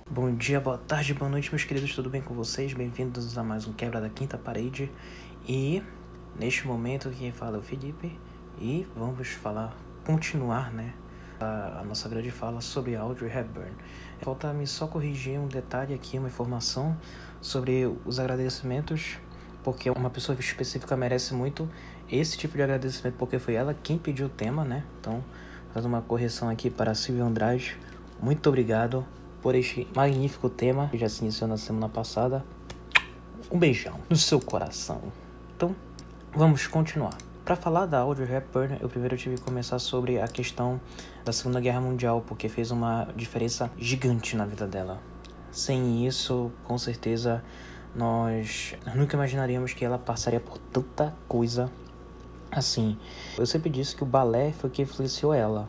Bom dia, boa tarde, boa noite, meus queridos, tudo bem com vocês? Bem-vindos a mais um Quebra da Quinta Parede. E neste momento quem fala é o Felipe e vamos continuar, a nossa grande fala sobre Audrey Hepburn. Falta-me só corrigir um detalhe aqui, uma informação sobre os agradecimentos, porque uma pessoa específica merece muito esse tipo de agradecimento, porque foi ela quem pediu o tema, né? Então, faz uma correção aqui para Silvia Andrade. Muito obrigado por este magnífico tema que já se iniciou na semana passada. Um beijão no seu coração. Então, vamos continuar. Para falar da Audrey Hepburn, eu primeiro tive que começar sobre a questão da Segunda Guerra Mundial, porque fez uma diferença gigante na vida dela. Sem isso, com certeza, nós nunca imaginaríamos que ela passaria por tanta coisa assim. Eu sempre disse que o balé foi o que influenciou ela,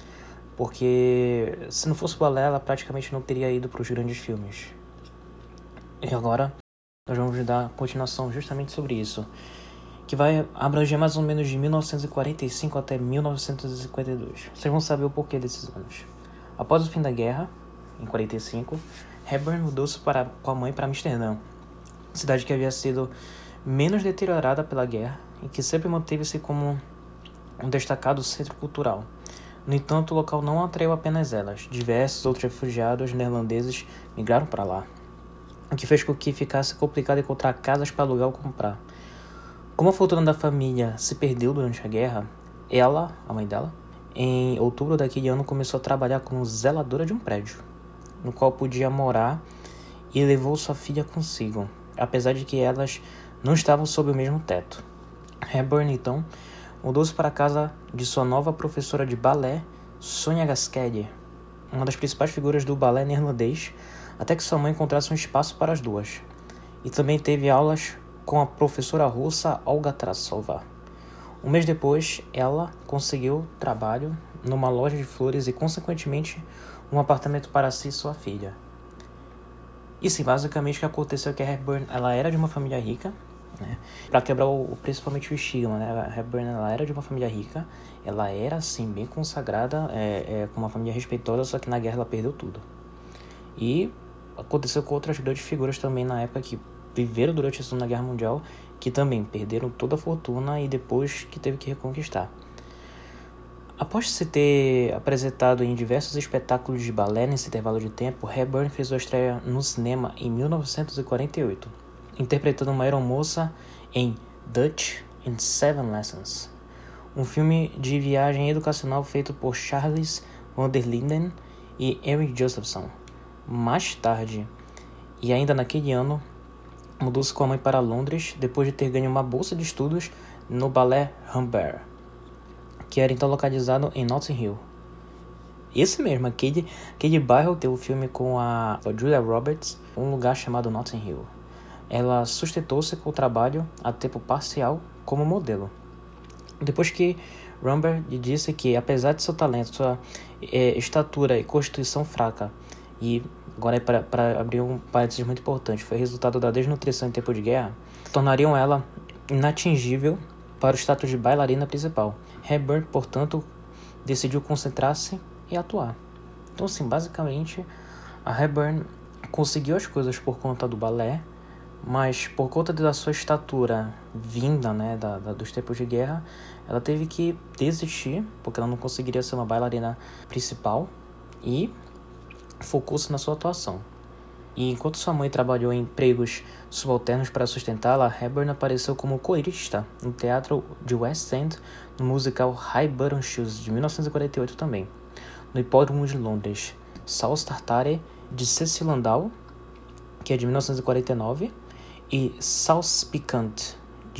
porque se não fosse o balé, ela praticamente não teria ido para os grandes filmes. E agora nós vamos dar continuação justamente sobre isso, que vai abranger mais ou menos de 1945 até 1952. Vocês vão saber o porquê desses anos. Após o fim da guerra, em 45, Hepburn mudou-se com a mãe para Amsterdã, cidade que havia sido menos deteriorada pela guerra e que sempre manteve-se como um destacado centro cultural. No entanto, o local não atraiu apenas elas. Diversos outros refugiados neerlandeses migraram para lá, o que fez com que ficasse complicado encontrar casas para alugar ou comprar. Como a fortuna da família se perdeu durante a guerra, ela, a mãe dela, em outubro daquele ano começou a trabalhar como zeladora de um prédio, no qual podia morar, e levou sua filha consigo, apesar de que elas não estavam sob o mesmo teto. Hepburn, então, mudou-se para a casa de sua nova professora de balé, Sonia Gaskell, uma das principais figuras do balé neerlandês, até que sua mãe encontrasse um espaço para as duas. E também teve aulas com a professora russa Olga Tarasova. Um mês depois, ela conseguiu trabalho numa loja de flores e, consequentemente, um apartamento para si e sua filha. E sim, basicamente o que aconteceu é que a Hepburn, ela era de uma família rica, né? Para quebrar principalmente o estigma, né? A Hepburn, ela era de uma família rica, ela era assim bem consagrada, com uma família respeitosa, só que na guerra ela perdeu tudo. E aconteceu com outras grandes figuras também na época que viveram durante a Segunda Guerra Mundial, que também perderam toda a fortuna e depois que teve que reconquistar. Após se ter apresentado em diversos espetáculos de balé nesse intervalo de tempo, Hepburn fez sua estreia no cinema em 1948, interpretando uma aeromoça em Dutch in 7 Lessons, um filme de viagem educacional feito por Charles van der Linden e Eric Josephson. Mais tarde, e ainda naquele ano, mudou-se com a mãe para Londres depois de ter ganho uma bolsa de estudos no Ballet Rambert, que era então localizado em Notting Hill. Esse mesmo, aquele bairro que tem o filme com a Julia Roberts, um lugar chamado Notting Hill. Ela sustentou-se com o trabalho a tempo parcial como modelo. Depois que Rambert lhe disse que, apesar de seu talento, sua estatura e constituição fraca, e agora para abrir um parênteses muito importante, foi resultado da desnutrição em tempo de guerra, tornariam ela inatingível para o status de bailarina principal. Hepburn, portanto, decidiu concentrar-se e atuar. Então, assim, basicamente, a Hepburn conseguiu as coisas por conta do balé, mas por conta da sua estatura vinda, né, dos tempos de guerra, ela teve que desistir, porque ela não conseguiria ser uma bailarina principal, e focou-se na sua atuação. E enquanto sua mãe trabalhou em empregos subalternos para sustentá-la, Hepburn apareceu como corista no teatro de West End, no musical High Button Shoes, de 1948 também, no Hipódromo de Londres, Saul Tartare, de Cecil Landau, que é de 1949, e Sauce Piquant, de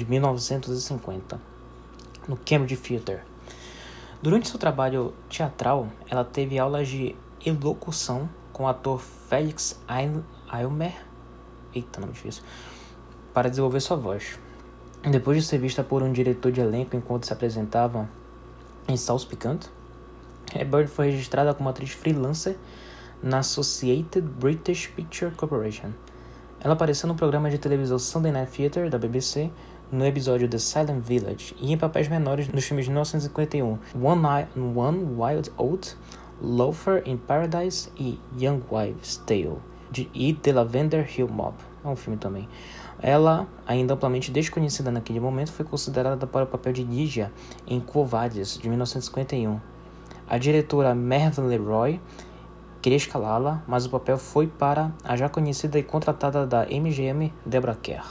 1950, no Cambridge Theatre. Durante seu trabalho teatral, ela teve aulas de elocução com o ator Felix Aylmer, nome difícil, para desenvolver sua voz. Depois de ser vista por um diretor de elenco enquanto se apresentava em Sauce Piquant, Hepburn foi registrada como atriz freelancer na Associated British Picture Corporation. Ela apareceu no programa de televisão Sunday Night Theatre da BBC, no episódio The Silent Village, e em papéis menores nos filmes de 1951 One Wild Oat, Loafer in Paradise e Young Wives' Tale, e The Lavender Hill Mob. É um filme também. Ela, ainda amplamente desconhecida naquele momento, foi considerada para o papel de Lygia em Quo Vadis, de 1951. A diretora Madeline Leroy queria escalá-la, mas o papel foi para a já conhecida e contratada da MGM, Deborah Kerr.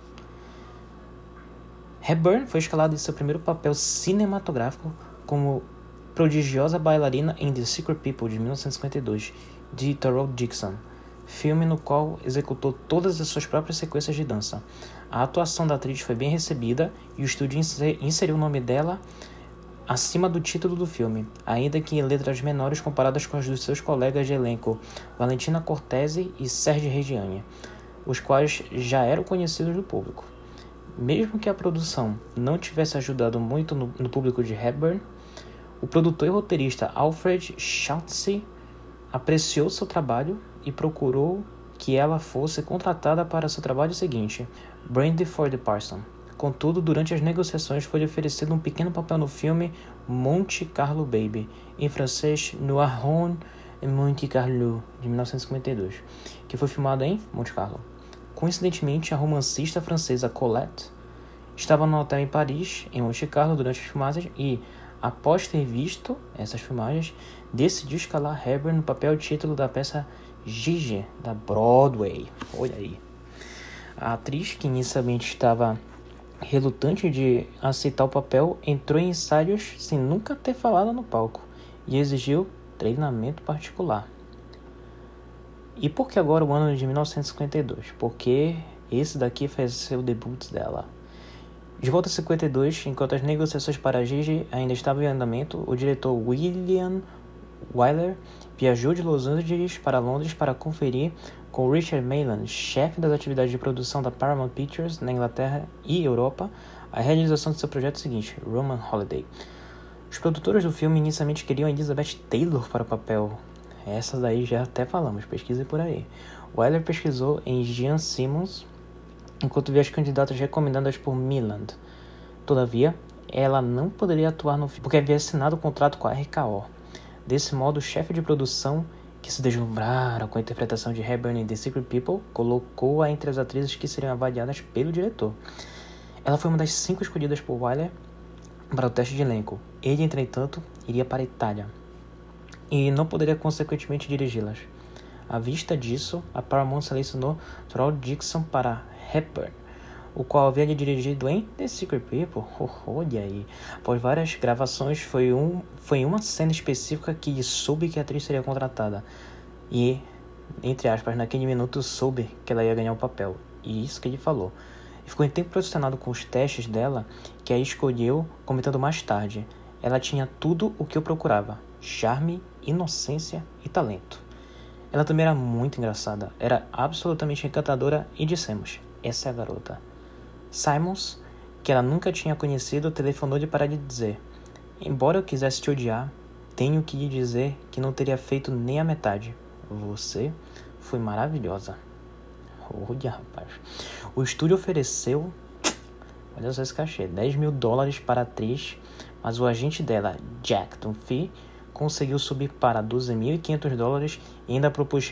Hepburn foi escalada em seu primeiro papel cinematográfico como prodigiosa bailarina em The Secret People, de 1952, de Terrell Dixon, filme no qual executou todas as suas próprias sequências de dança. A atuação da atriz foi bem recebida e o estúdio inseriu o nome dela acima do título do filme, ainda que em letras menores comparadas com as dos seus colegas de elenco Valentina Cortese e Serge Reggiani, os quais já eram conhecidos do público. Mesmo que a produção não tivesse ajudado muito no público de Hepburn, o produtor e roteirista Alfred Schultze apreciou seu trabalho e procurou que ela fosse contratada para seu trabalho seguinte, Brandy for the Parson. Contudo, durante as negociações foi oferecido um pequeno papel no filme Monte Carlo Baby, em francês Noirron et Monte Carlo, de 1952, que foi filmado em Monte Carlo. Coincidentemente, a romancista francesa Colette estava no hotel em Paris, em Monte Carlo, durante as filmagens e, após ter visto essas filmagens, decidiu escalar Hepburn no papel título da peça Gigi, da Broadway. Olha aí. A atriz, que inicialmente estava relutante de aceitar o papel, entrou em ensaios sem nunca ter falado no palco e exigiu treinamento particular. E por que agora o ano de 1952? Porque esse daqui fez seu debut dela. De volta a 52, enquanto as negociações para Gigi ainda estavam em andamento, o diretor William Wyler viajou de Los Angeles para Londres para conferir com Richard Mayland, chefe das atividades de produção da Paramount Pictures na Inglaterra e Europa, a realização de seu projeto seguinte, Roman Holiday. Os produtores do filme inicialmente queriam Elizabeth Taylor para o papel. Essa daí já até falamos, pesquise por aí. Wyler pesquisou em Jean Simmons, enquanto via as candidatas recomendadas por Mayland. Todavia, ela não poderia atuar no filme, porque havia assinado o contrato com a RKO. Desse modo, o chefe de produção, que se deslumbrara com a interpretação de Hepburn em The Secret People, colocou-a entre as atrizes que seriam avaliadas pelo diretor. Ela foi uma das 5 escolhidas por Wyler para o teste de elenco. Ele, entretanto, iria para a Itália e não poderia consequentemente dirigi-las. À vista disso, a Paramount selecionou Terrell Dixon para Hepburn, o qual havia dirigido em The Secret People. Olha aí. Após várias gravações, foi em uma cena específica que soube que a atriz seria contratada. E, entre aspas, naquele minuto soube que ela ia ganhar o papel. E isso que ele falou. E ficou impressionado com os testes dela, que a escolheu, comentando mais tarde. Ela tinha tudo o que eu procurava: charme, inocência e talento. Ela também era muito engraçada, era absolutamente encantadora e dissemos, essa é a garota. Simons, que ela nunca tinha conhecido, telefonou-lhe para lhe dizer, embora eu quisesse te odiar, tenho que lhe dizer que não teria feito nem a metade. Você foi maravilhosa. Olha, rapaz. O estúdio ofereceu, olha só esse cachê, $10.000 para a atriz, mas o agente dela, Jack Dunphy, conseguiu subir para $12.500 e ainda propôs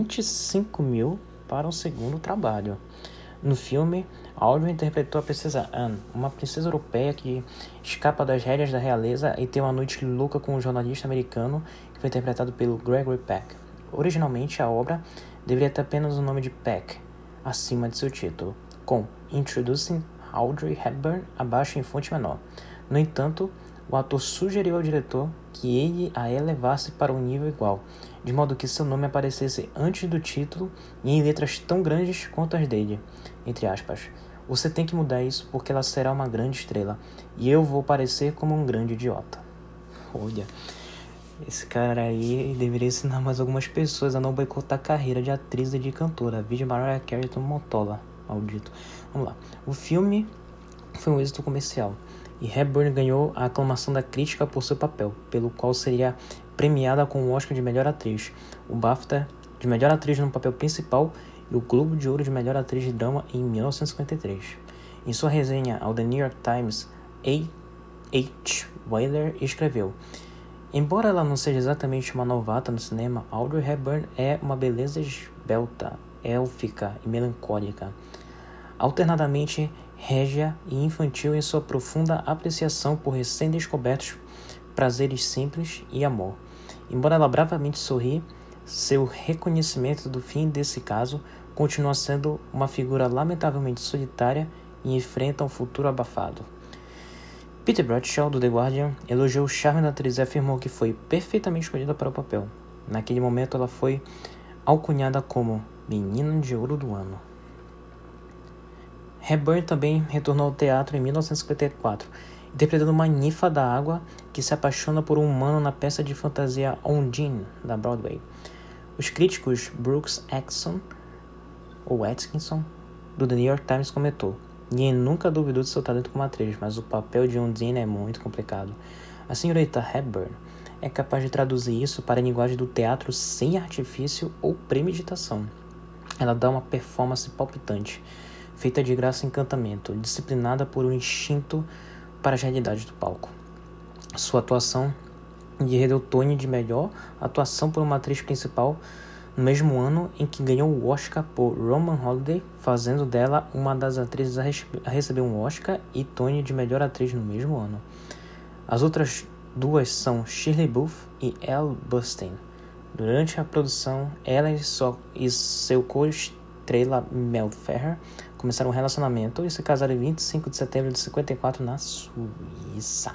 $25.000 para um segundo trabalho. No filme, Audrey interpretou a princesa Anne, uma princesa europeia que escapa das rédeas da realeza e tem uma noite louca com um jornalista americano que foi interpretado pelo Gregory Peck. Originalmente, a obra deveria ter apenas o nome de Peck acima de seu título, com Introducing Audrey Hepburn abaixo em fonte menor. No entanto, o ator sugeriu ao diretor que ele a elevasse para um nível igual, de modo que seu nome aparecesse antes do título e em letras tão grandes quanto as dele, entre aspas. Você tem que mudar isso porque ela será uma grande estrela e eu vou parecer como um grande idiota. Olha, esse cara aí deveria ensinar mais algumas pessoas a não boicotar a carreira de atriz e de cantora. Vídeo Mariah Carey no Motola, maldito. Vamos lá. O filme foi um êxito comercial e Hepburn ganhou a aclamação da crítica por seu papel, pelo qual seria premiada com o Oscar de Melhor Atriz, o BAFTA de Melhor Atriz no papel principal e o Globo de Ouro de Melhor Atriz de Drama em 1953. Em sua resenha ao The New York Times, A.H. Wyler escreveu: Embora ela não seja exatamente uma novata no cinema, Audrey Hepburn é uma beleza esbelta, élfica e melancólica, alternadamente régia e infantil em sua profunda apreciação por recém-descobertos prazeres simples e amor. Embora ela bravamente sorri, seu reconhecimento do fim desse caso continua sendo uma figura lamentavelmente solitária e enfrenta um futuro abafado. Peter Bradshaw, do The Guardian, elogiou o charme da atriz e afirmou que foi perfeitamente escolhida para o papel. Naquele momento, ela foi alcunhada como Menina de Ouro do Ano. Hepburn também retornou ao teatro em 1954, interpretando uma ninfa da água que se apaixona por um humano na peça de fantasia Ondine, da Broadway. Os críticos Brooks Atkinson, do The New York Times, comentou: "Ninguém nunca duvidou de seu talento como atriz, mas o papel de Ondine é muito complicado. A senhorita Hepburn é capaz de traduzir isso para a linguagem do teatro sem artifício ou premeditação. Ela dá uma performance palpitante, feita de graça e encantamento, disciplinada por um instinto para as realidades do palco. Sua atuação lhe rendeu Tony de melhor atuação por uma atriz principal no mesmo ano em que ganhou o Oscar por Roman Holiday, fazendo dela uma das atrizes a receber um Oscar e Tony de melhor atriz no mesmo ano. As outras duas são Shirley Booth e Elle Burstyn. Durante a produção, ela e seu co-estrela Mel Ferrer começaram um relacionamento e se casaram em 25 de setembro de 54 na Suíça.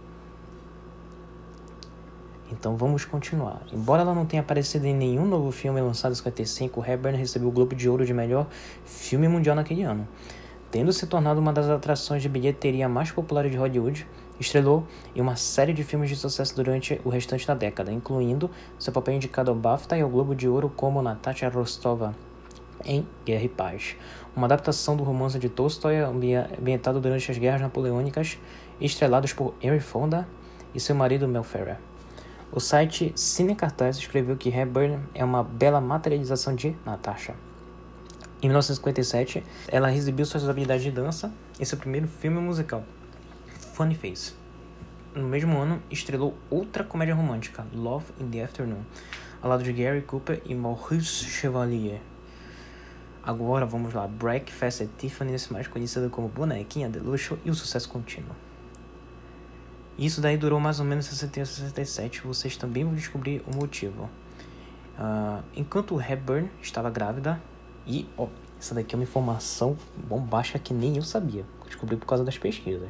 Então vamos continuar. Embora ela não tenha aparecido em nenhum novo filme lançado em 55, Hepburn recebeu o Globo de Ouro de melhor filme mundial naquele ano. Tendo se tornado uma das atrações de bilheteria mais populares de Hollywood, estrelou em uma série de filmes de sucesso durante o restante da década, incluindo seu papel indicado ao BAFTA e ao Globo de Ouro como Natasha Rostova em Guerra e Paz, uma adaptação do romance de Tolstói ambientado durante as Guerras Napoleônicas, estrelados por Henry Fonda e seu marido Mel Ferrer. O site Cine Cartaz escreveu que Hepburn é uma bela materialização de Natasha. Em 1957, ela exibiu suas habilidades de dança em seu primeiro filme musical, Funny Face. No mesmo ano, estrelou outra comédia romântica, Love in the Afternoon, ao lado de Gary Cooper e Maurice Chevalier. Agora vamos lá, Breakfast at Tiffany's, mais conhecida como Bonequinha de Luxo, e o sucesso contínuo. Isso daí durou mais ou menos 61 a 67, vocês também vão descobrir o motivo. Enquanto Hepburn estava grávida, e essa daqui é uma informação bombástica que nem eu sabia, descobri por causa das pesquisas.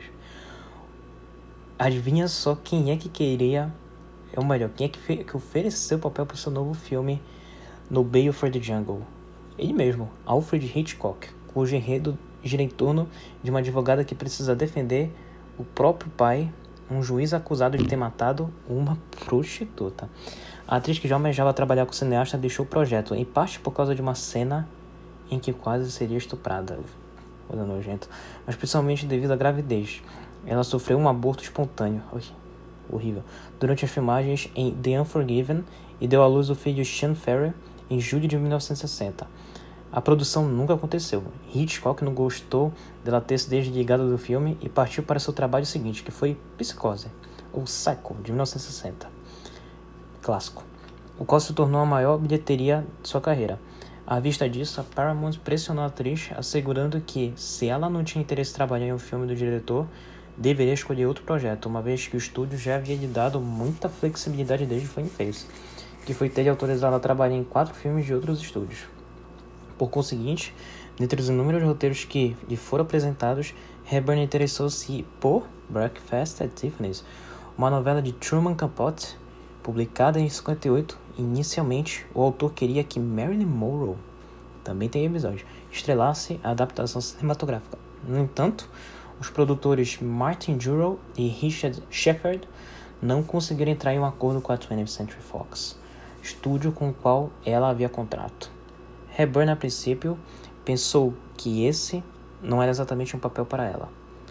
Adivinha só quem é que queria, ou melhor, quem é que ofereceu o papel para o seu novo filme No Bail for the Jungle? Ele mesmo, Alfred Hitchcock, cujo enredo gira em torno de uma advogada que precisa defender o próprio pai, um juiz acusado de ter matado uma prostituta. A atriz que já almejava trabalhar com o cineasta deixou o projeto, em parte por causa de uma cena em que quase seria estuprada. Coisa nojenta. Mas principalmente devido à gravidez. Ela sofreu um aborto espontâneo. Horrível. Durante as filmagens em The Unforgiven e deu à luz o filho Sean Ferrer em julho de 1960. A produção nunca aconteceu. Hitchcock não gostou dela ter se desligado do filme e partiu para seu trabalho seguinte, que foi Psicose, ou Psycho, de 1960. Clássico. O qual se tornou a maior bilheteria de sua carreira. À vista disso, a Paramount pressionou a atriz, assegurando que, se ela não tinha interesse em trabalhar em um filme do diretor, deveria escolher outro projeto, uma vez que o estúdio já havia lhe dado muita flexibilidade desde Funny Face, que foi ter autorizado a trabalhar em 4 filmes de outros estúdios. Por conseguinte, dentre os inúmeros roteiros que lhe foram apresentados, Hepburn interessou-se por Breakfast at Tiffany's, uma novela de Truman Capote, publicada em 58. Inicialmente, o autor queria que Marilyn Monroe, também tem episódio, estrelasse a adaptação cinematográfica. No entanto, os produtores Martin Jurel e Richard Shepard não conseguiram entrar em um acordo com a 20th Century Fox, estúdio com o qual ela havia contrato. Hepburn, a princípio, pensou que esse não era exatamente um papel para ela,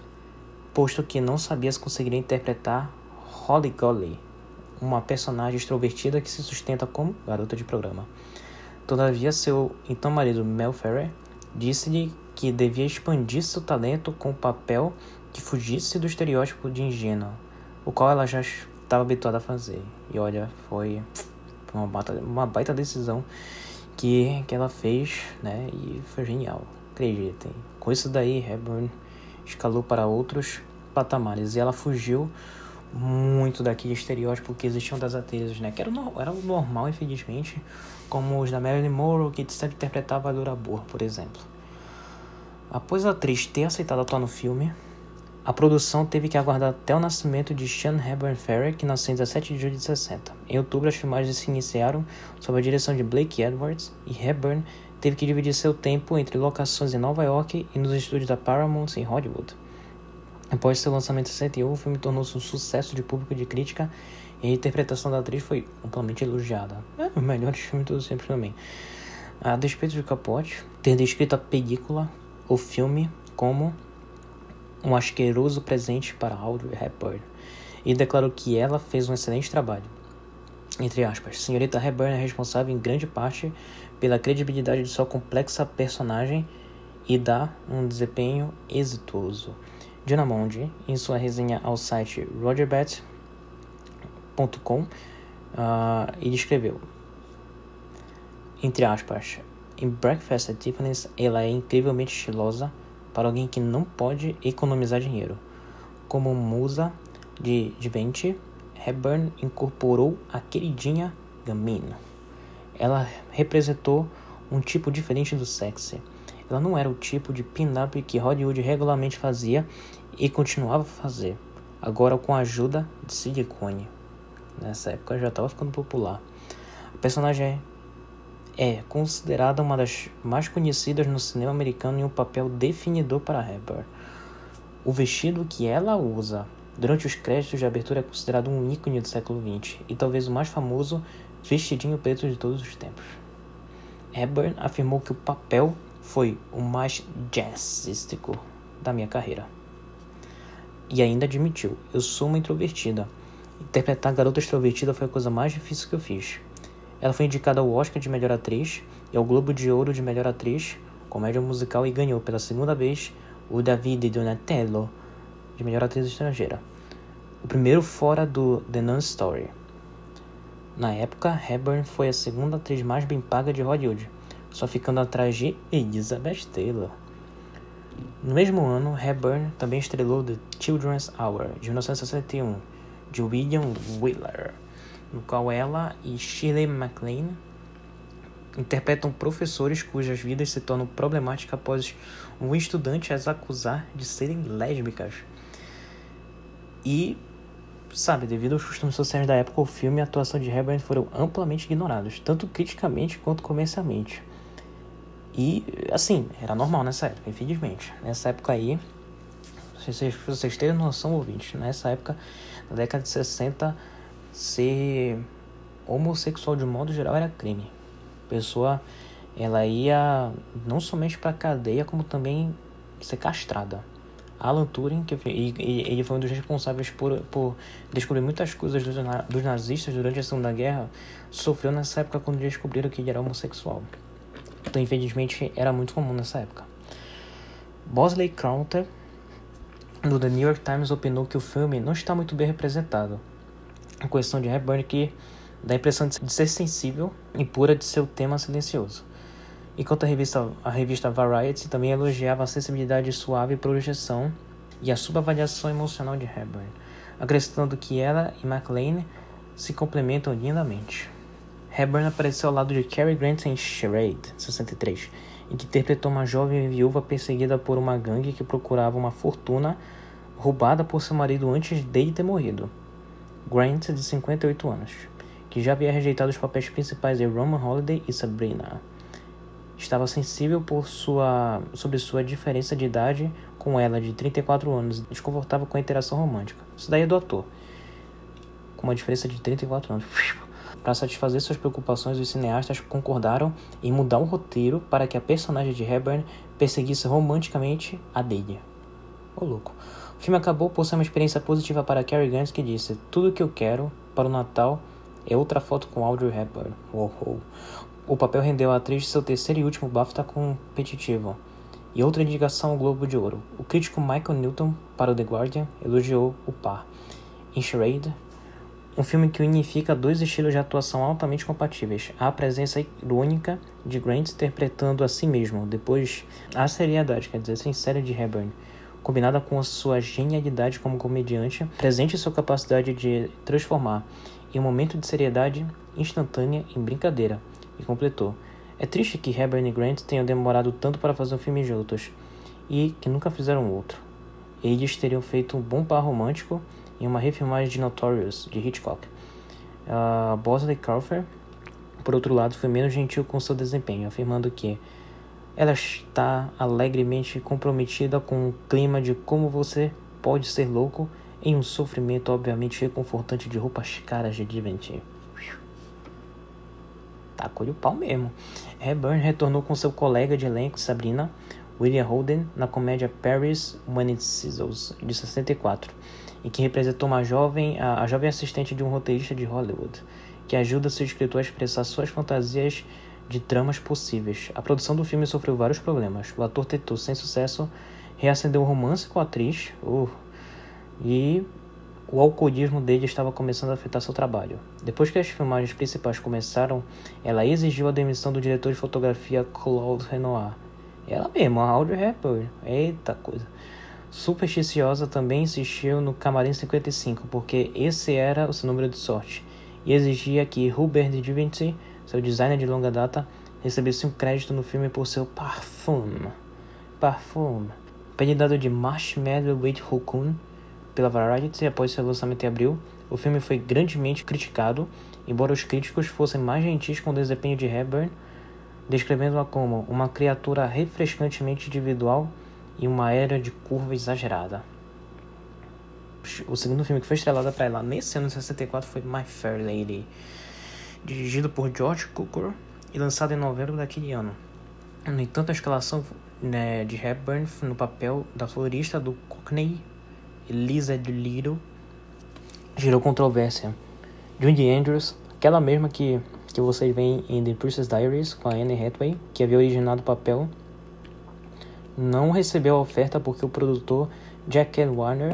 posto que não sabia se conseguiria interpretar Holly Gottlieb, uma personagem extrovertida que se sustenta como garota de programa. Todavia, seu então marido Mel Ferrer disse-lhe que devia expandir seu talento com um papel que fugisse do estereótipo de ingênua, o qual ela já estava habituado a fazer. E olha, foi uma baita decisão que ela fez, né? E foi genial, acreditem. Com isso daí, Hepburn escalou para outros patamares e ela fugiu muito daquele estereótipo que existiam das atrizes, né? Que era o normal, infelizmente, como os da Marilyn Monroe, que sempre interpretava a Laura Burr, por exemplo. Após a atriz ter aceitado atuar no filme, a produção teve que aguardar até o nascimento de Sean Hepburn Ferrer, que nasceu em 17 de julho de 60. Em outubro, as filmagens se iniciaram sob a direção de Blake Edwards, e Hepburn teve que dividir seu tempo entre locações em Nova York e nos estúdios da Paramount em Hollywood. Após seu lançamento em 61, o filme tornou-se um sucesso de público e de crítica, e a interpretação da atriz foi amplamente elogiada. O melhor filme de todos sempre também. A despeito de Capote ter descrito a película, o filme, como um asqueroso presente para Audrey Hepburn, e declarou que ela fez um excelente trabalho. Entre aspas, senhorita Hepburn é responsável em grande parte pela credibilidade de sua complexa personagem e dá um desempenho exitoso. Diana Mondi, em sua resenha ao site rogerbet.com, ele escreveu, entre aspas, em Breakfast at Tiffany's ela é incrivelmente estilosa para alguém que não pode economizar dinheiro. Como musa de Givenchy, Hepburn incorporou a queridinha Gamino. Ela representou um tipo diferente do sexy. Ela não era o tipo de pin-up que Hollywood regularmente fazia e continuava a fazer, agora com a ajuda de silicone. Nessa época já estava ficando popular. A personagem é considerada uma das mais conhecidas no cinema americano e um papel definidor para Hepburn. O vestido que ela usa durante os créditos de abertura é considerado um ícone do século XX e talvez o mais famoso vestidinho preto de todos os tempos. Hepburn afirmou que o papel foi o mais jazzístico da minha carreira. E ainda admitiu, eu sou uma introvertida. Interpretar a garota extrovertida foi a coisa mais difícil que eu fiz. Ela foi indicada ao Oscar de Melhor Atriz e ao Globo de Ouro de Melhor Atriz, comédia musical, e ganhou pela segunda vez o Davide Donatello de Melhor Atriz Estrangeira, o primeiro fora do The Nun Story. Na época, Hepburn foi a segunda atriz mais bem paga de Hollywood, só ficando atrás de Elizabeth Taylor. No mesmo ano, Hepburn também estrelou The Children's Hour, de 1961, de William Wyler, no qual ela e Shirley MacLaine interpretam professores cujas vidas se tornam problemáticas após um estudante as acusar de serem lésbicas. E, devido aos costumes sociais da época, o filme e a atuação de Hepburn foram amplamente ignorados, tanto criticamente quanto comercialmente. E, era normal nessa época, infelizmente. Nessa época aí, se vocês terem noção, ouvintes, nessa época, na década de 60, ser homossexual de modo geral era crime. A pessoa, ela ia não somente para cadeia, como também ser castrada. Alan Turing, ele foi um dos responsáveis por descobrir muitas coisas dos nazistas durante a Segunda Guerra, sofreu nessa época quando descobriram que ele era homossexual. Então, infelizmente, era muito comum nessa época. Bosley Crowther, do The New York Times, opinou que o filme não está muito bem representado. A questão de Hepburn que dá a impressão de ser sensível e pura de seu tema silencioso. Enquanto a revista Variety também elogiava a sensibilidade suave e projeção e a subavaliação emocional de Hepburn, acrescentando que ela e MacLaine se complementam lindamente. Hepburn apareceu ao lado de Cary Grant em Charade, 63, em que interpretou uma jovem viúva perseguida por uma gangue que procurava uma fortuna roubada por seu marido antes dele ter morrido. Grant, de 58 anos, que já havia rejeitado os papéis principais em Roman Holiday e Sabrina, estava sensível sobre sua diferença de idade com ela, de 34 anos, e desconfortável com a interação romântica. Isso daí é do ator, com uma diferença de 34 anos. Para satisfazer suas preocupações, os cineastas concordaram em mudar o roteiro para que a personagem de Hepburn perseguisse romanticamente a dele. Ô louco. O filme acabou por ser uma experiência positiva para Cary Grant, que disse: tudo o que eu quero para o Natal é outra foto com Audrey Hepburn. O papel rendeu à atriz seu terceiro e último BAFTA competitivo e outra indicação ao Globo de Ouro. O crítico Michael Newton, para o The Guardian, elogiou o par. Em Charade, Um filme que unifica dois estilos de atuação altamente compatíveis. A presença irônica de Grant interpretando a si mesmo, depois a seriedade, sincera de Hepburn, combinada com a sua genialidade como comediante, presente sua capacidade de transformar em um momento de seriedade instantânea em brincadeira, e completou. É triste que Hepburn e Grant tenham demorado tanto para fazer um filme juntos, e que nunca fizeram outro. Eles teriam feito um bom par romântico em uma refilmagem de Notorious, de Hitchcock. Bosley Crowther, por outro lado, foi menos gentil com seu desempenho, afirmando que ela está alegremente comprometida com o clima de como você pode ser louco em um sofrimento obviamente reconfortante de roupas caras de divertir. Tacou-lhe o pau mesmo. Hepburn retornou com seu colega de elenco, Sabrina, William Holden, na comédia Paris When It Sizzles, de 64, em que representou a jovem assistente de um roteirista de Hollywood, que ajuda seu escritor a expressar suas fantasias de tramas possíveis. A produção do filme sofreu vários problemas. O ator tentou, sem sucesso, reacender um romance com a atriz, e o alcoolismo dele estava começando a afetar seu trabalho. Depois que as filmagens principais começaram, ela exigiu a demissão do diretor de fotografia Claude Renoir. Ela mesma, a Audrey Hepburn. Eita coisa. Supersticiosa, também insistiu no Camarim 55, porque esse era o seu número de sorte, e exigia que Hubert Givenchy, seu designer de longa data, recebesse um crédito no filme por seu parfum. Apelidado de Marshmallow with Raccoon pela Variety após seu lançamento em abril, o filme foi grandemente criticado, embora os críticos fossem mais gentis com o desempenho de Hepburn, descrevendo-a como uma criatura refrescantemente individual e uma era de curva exagerada. O segundo filme que foi estrelado para ela nesse ano de 64 foi My Fair Lady, dirigido por George Cukor e lançado em novembro daquele ano. No entanto, a escalação de Hepburn no papel da florista do Cockney, Eliza Doolittle, gerou controvérsia. Judy Andrews, aquela mesma que vocês veem em The Princess Diaries com a Anne Hathaway, que havia originado o papel, não recebeu a oferta porque o produtor Jack L. Warner,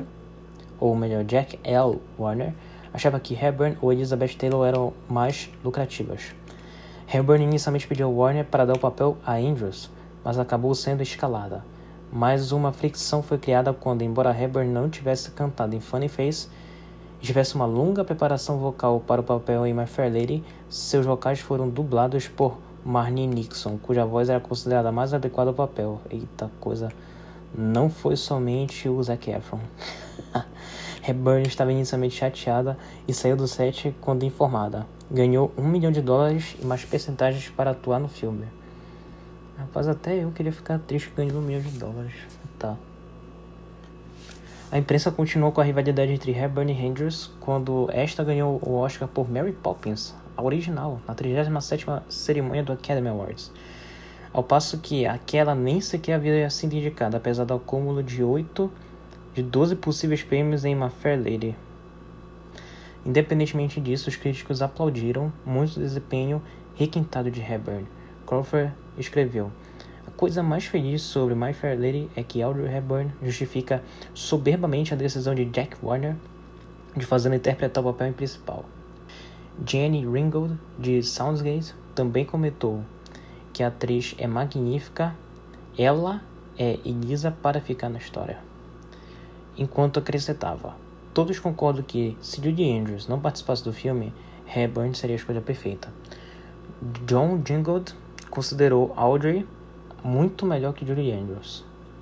achava que Hepburn ou Elizabeth Taylor eram mais lucrativas. Hepburn inicialmente pediu a Warner para dar o papel a Andrews, mas acabou sendo escalada. Mais uma fricção foi criada quando, embora Hepburn não tivesse cantado em Funny Face e tivesse uma longa preparação vocal para o papel em My Fair Lady, seus vocais foram dublados por Marni Nixon, cuja voz era considerada mais adequada ao papel. Eita coisa, não foi somente o Zac Efron. Hepburn estava inicialmente chateada e saiu do set quando informada. Ganhou $1 milhão e mais percentagens para atuar no filme. Rapaz, até eu queria ficar triste ganhando $1 milhão. Tá. A imprensa continuou com a rivalidade entre Hepburn e Andrews quando esta ganhou o Oscar por Mary Poppins, a original, na 37ª cerimônia do Academy Awards, ao passo que aquela nem sequer havia sido indicada, apesar do acúmulo de 12 possíveis prêmios em My Fair Lady. Independentemente disso, os críticos aplaudiram muito o desempenho requintado de Hepburn. Crawford escreveu: "A coisa mais feliz sobre My Fair Lady é que Audrey Hepburn justifica soberbamente a decisão de Jack Warner de fazê-la interpretar o papel principal." Jenny Ringgold, de Soundsgate, também comentou que a atriz é magnífica, ela é Elisa para ficar na história. Enquanto acrescentava: "Todos concordam que, se Judy Andrews não participasse do filme, Hepburn seria a escolha perfeita." John Gingold considerou Audrey muito melhor que Judy Andrews.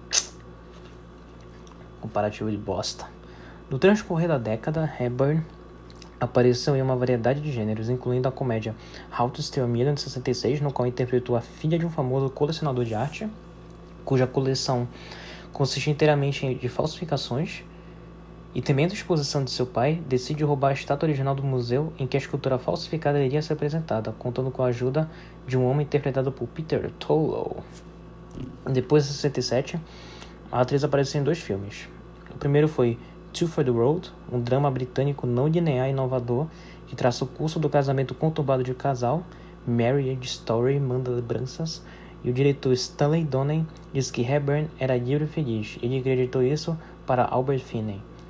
Comparativo de bosta. No transcorrer da década, Hepburn apareceu em uma variedade de gêneros, incluindo a comédia How to Steal a Million, de 66, no qual interpretou a filha de um famoso colecionador de arte, cuja coleção consiste inteiramente de falsificações, e temendo a exposição de seu pai, decide roubar a estátua original do museu em que a escultura falsificada iria ser apresentada, contando com a ajuda de um homem interpretado por Peter Tollow. Depois de 67, a atriz apareceu em 2 filmes. O primeiro foi Two for the Road, um drama britânico não linear e inovador que traça o curso do casamento conturbado de um casal. Marriage Story manda lembranças, e o diretor Stanley Donen diz que Hepburn era livre e feliz. Ele acreditou isso para Albert Finney.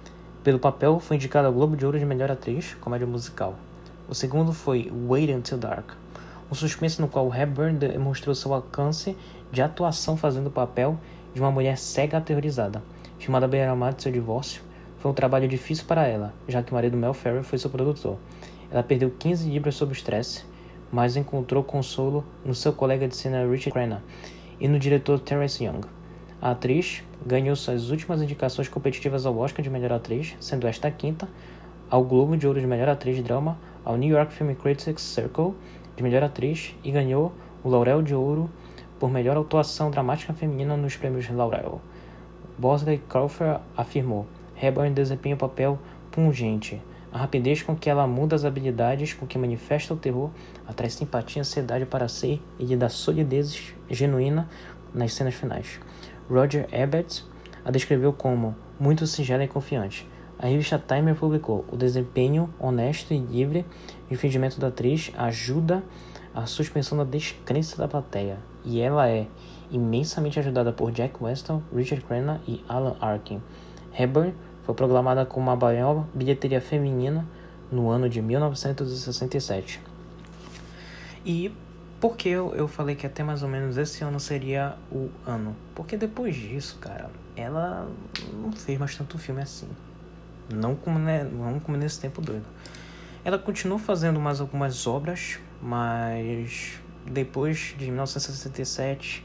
Pelo papel, foi indicada ao Globo de Ouro de Melhor Atriz, comédia musical. O segundo foi Wait Until Dark, um suspense no qual Hepburn demonstrou seu alcance de atuação fazendo o papel de uma mulher cega aterrorizada. Filmada à beira-mar de seu divórcio, foi um trabalho difícil para ela, já que o marido Mel Ferrer foi seu produtor. Ela perdeu 15 libras sob o estresse, mas encontrou consolo no seu colega de cena Richard Crenna e no diretor Terence Young. A atriz ganhou suas últimas indicações competitivas ao Oscar de Melhor Atriz, sendo esta a quinta, ao Globo de Ouro de Melhor Atriz de Drama, ao New York Film Critics Circle de Melhor Atriz e ganhou o Laurel de Ouro por Melhor Atuação Dramática Feminina nos prêmios Laurel. Bosley Crowther afirmou: Hepburn desempenha um papel pungente. A rapidez com que ela muda as habilidades com que manifesta o terror atrai simpatia e ansiedade para si e lhe dá solidez genuína nas cenas finais. Roger Ebert a descreveu como muito singela e confiante. A revista Timer publicou: o desempenho honesto e livre de fingimento da atriz ajuda a suspensão da descrença da plateia, e ela é imensamente ajudada por Jack Weston, Richard Crenna e Alan Arkin. Hepburn foi proclamada como a maior bilheteria feminina no ano de 1967. E por que eu falei que até mais ou menos esse ano seria o ano? Porque depois disso, cara, ela não fez mais tanto filme assim. Não como nesse tempo doido. Ela continuou fazendo mais algumas obras, mas depois de 1967,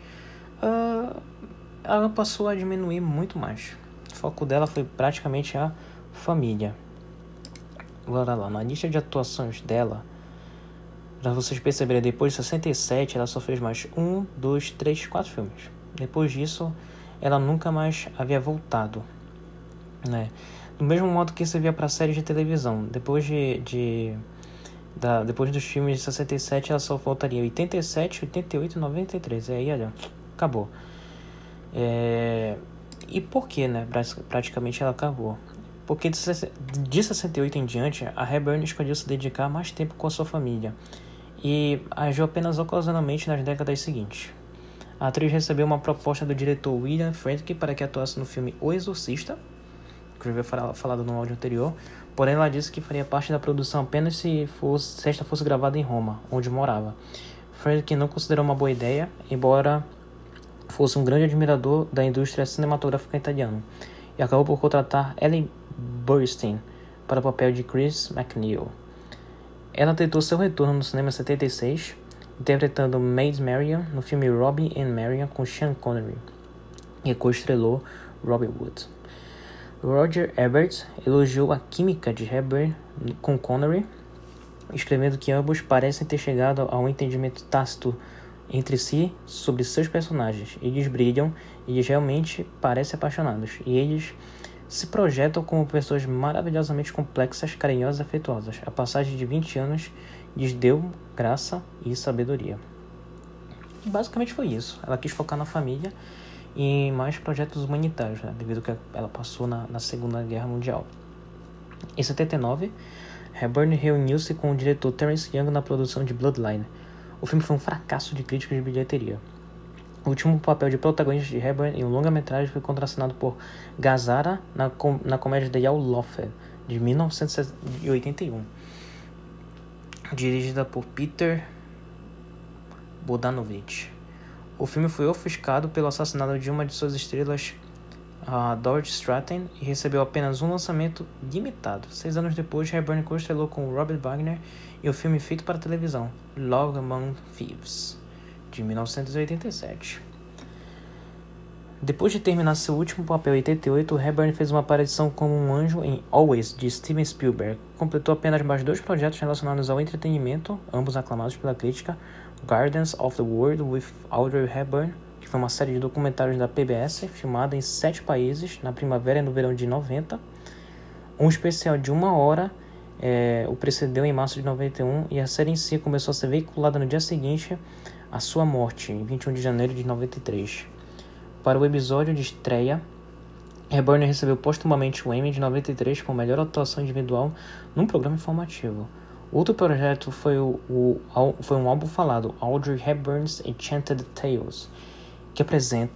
ela passou a diminuir muito mais. O foco dela foi praticamente a família. Agora lá, na lista de atuações dela, para vocês perceberem, depois de 67, ela só fez mais 1, 2, 3, 4 filmes. Depois disso, ela nunca mais havia voltado, né? Do mesmo modo que servia para séries de televisão. Depois depois dos filmes de 67, ela só voltaria em 87, 88 e 93. E aí, olha, acabou. E por que, né? Praticamente ela acabou. Porque de 68 em diante, a Hepburn escolheu se dedicar mais tempo com a sua família e agiu apenas ocasionalmente nas décadas seguintes. A atriz recebeu uma proposta do diretor William Friedkin para que atuasse no filme O Exorcista, que eu havia falado no áudio anterior, porém ela disse que faria parte da produção apenas se esta fosse gravada em Roma, onde morava. Friedkin não considerou uma boa ideia, embora fosse um grande admirador da indústria cinematográfica italiana, e acabou por contratar Ellen Burstyn para o papel de Chris McNeil. Ela tentou seu retorno no cinema em 76, interpretando Maid Marian no filme Robin and Marian com Sean Connery, e co-estrelou Robbie Wood. Roger Ebert elogiou a química de Hepburn com Connery, escrevendo que ambos parecem ter chegado a um entendimento tácito entre si sobre seus personagens. Eles brilham, eles realmente parecem apaixonados, e eles se projetam como pessoas maravilhosamente complexas, carinhosas e afetuosas. A passagem de 20 anos lhes deu graça e sabedoria. E basicamente foi isso. Ela quis focar na família e em mais projetos humanitários, né, devido ao que ela passou na Segunda Guerra Mundial. Em 79, Hepburn reuniu-se com o diretor Terence Young na produção de Bloodline. O filme foi um fracasso de críticos de bilheteria. O último papel de protagonista de Hepburn em um longa-metragem foi contracenado por Gazzara na comédia The Yellow Loafer, de 1981, dirigida por Peter Bogdanovich. O filme foi ofuscado pelo assassinato de uma de suas estrelas, Dorothy Stratton, e recebeu apenas um lançamento limitado. 6 anos depois, Hepburn co-estrelou com Robert Wagner em o filme feito para televisão, Love Among Thieves, de 1987. Depois de terminar seu último papel em 88, Hepburn fez uma aparição como um anjo em Always, de Steven Spielberg. Completou apenas mais 2 projetos relacionados ao entretenimento, ambos aclamados pela crítica: Gardens of the World with Audrey Hepburn, que foi uma série de documentários da PBS, filmada em 7 países, na primavera e no verão de 90. Um especial de 1 hora o precedeu em março de 91, e a série em si começou a ser veiculada no dia seguinte à sua morte, em 21 de janeiro de 93. Para o episódio de estreia, Hepburn recebeu postumamente o Emmy de 93 por melhor atuação individual num programa informativo. Outro projeto foi um álbum falado, Audrey Hepburn's Enchanted Tales, que apresenta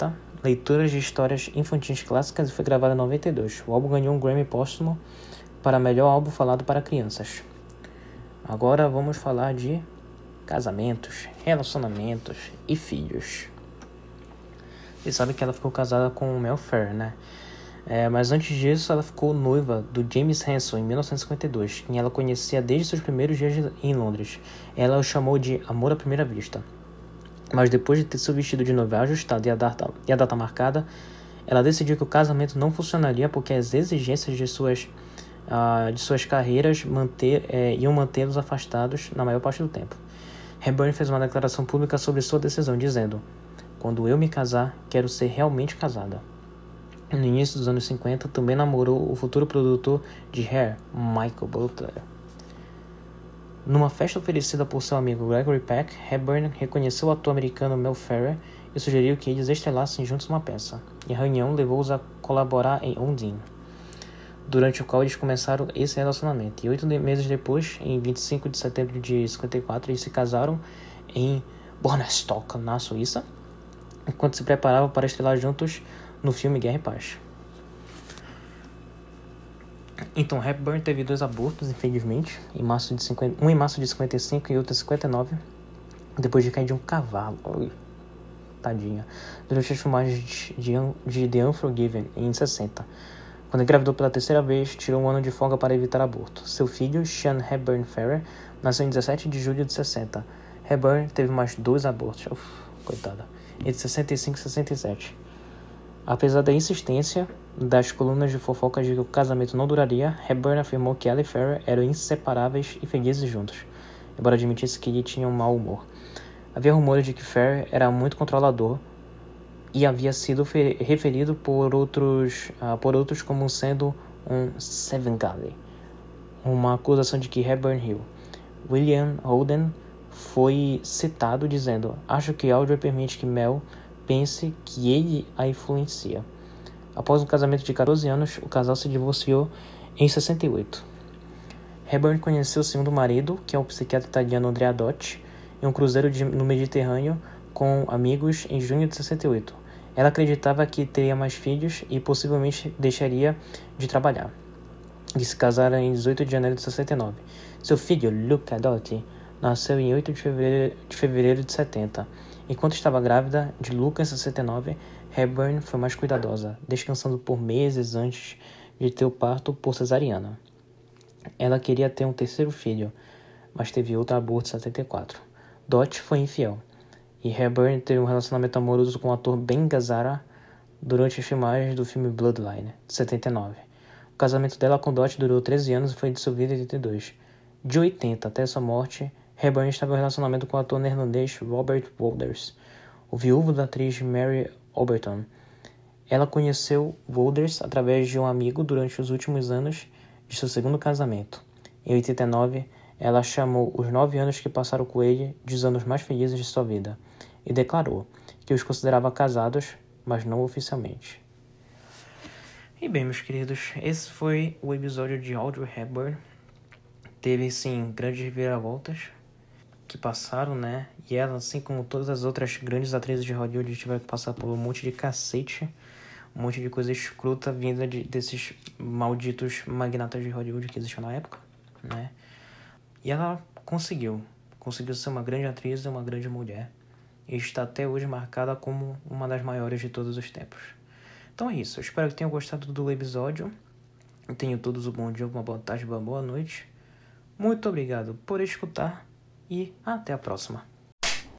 leituras de histórias infantis clássicas e foi gravado em 92. O álbum ganhou um Grammy póstumo para melhor álbum falado para crianças. Agora vamos falar de casamentos, relacionamentos e filhos. Vocês sabem que ela ficou casada com o Mel Ferrer, né? Mas antes disso, ela ficou noiva do James Hanson em 1952, quem ela conhecia desde seus primeiros dias em Londres. Ela o chamou de amor à primeira vista. Mas depois de ter seu vestido de noiva ajustado e a data marcada, ela decidiu que o casamento não funcionaria porque as exigências de suas carreiras iam mantê-los afastados na maior parte do tempo. Hepburn fez uma declaração pública sobre sua decisão, dizendo: "Quando eu me casar, quero ser realmente casada." No início dos anos 50, também namorou o futuro produtor de Hair, Michael Butler. Numa festa oferecida por seu amigo Gregory Peck, Hepburn reconheceu o ator americano Mel Ferrer e sugeriu que eles estrelassem juntos uma peça, e a reunião levou-os a colaborar em Undine, durante o qual eles começaram esse relacionamento. E 8 meses depois, em 25 de setembro de 54, eles se casaram em Bornestock, na Suíça, enquanto se preparavam para estrelar juntos no filme Guerra e Paz. Então, Hepburn teve 2 abortos, infelizmente, um em março de 55 e outro em 59, depois de cair de um cavalo. Tadinha. Durante as filmagens de The Unforgiven, em 60. Quando engravidou pela 3ª vez, tirou um ano de folga para evitar aborto. Seu filho, Sean Hepburn Ferrer, nasceu em 17 de julho de 60. Hepburn teve mais 2 abortos, coitada, entre 65 e 67. Apesar da insistência das colunas de fofocas de que o casamento não duraria, Hepburn afirmou que ela e Ferrer eram inseparáveis e felizes juntos, embora admitisse que ele tinha um mau humor. Havia rumores de que Ferrer era muito controlador e havia sido referido por outros como sendo um Svengali, uma acusação de que Hepburn riu. William Holden foi citado dizendo: "Acho que Audrey permite que Mel pense que ele a influencia." Após um casamento de 14 anos, o casal se divorciou em 68. Hepburn conheceu seu segundo marido, que é o psiquiatra italiano Andrea Dotti, em um cruzeiro no Mediterrâneo com amigos em junho de 68. Ela acreditava que teria mais filhos e possivelmente deixaria de trabalhar. Eles se casaram em 18 de janeiro de 69. Seu filho, Luca Dotti, nasceu em 8 de fevereiro de 70. Enquanto estava grávida de Luca em 69, Hepburn foi mais cuidadosa, descansando por meses antes de ter o parto por cesariana. Ela queria ter um 3º filho, mas teve outro aborto em 74. Dotti foi infiel, e Hepburn teve um relacionamento amoroso com o ator Ben Gazzara durante as filmagens do filme Bloodline, de 79. O casamento dela com Dotti durou 13 anos e foi dissolvido em 82. De 80 até sua morte, Hepburn estava em um relacionamento com o ator neerlandês Robert Wolders, o viúvo da atriz Mary Oberton. Ela conheceu Wolders através de um amigo durante os últimos anos de seu segundo casamento. Em 89, ela chamou os 9 anos que passaram com ele de os anos mais felizes de sua vida e declarou que os considerava casados, mas não oficialmente. E bem, meus queridos, esse foi o episódio de Audrey Hepburn. Teve, sim, grandes reviravoltas que passaram, né? E ela, assim como todas as outras grandes atrizes de Hollywood, tiveram que passar por um monte de cacete, um monte de coisa escrota vinda desses malditos magnatas de Hollywood que existiam na época, né? E ela conseguiu ser uma grande atriz e uma grande mulher. E está até hoje marcada como uma das maiores de todos os tempos. Então é isso, eu espero que tenham gostado do episódio. Tenham todos um bom dia, uma boa tarde, uma boa noite. Muito obrigado por escutar e até a próxima.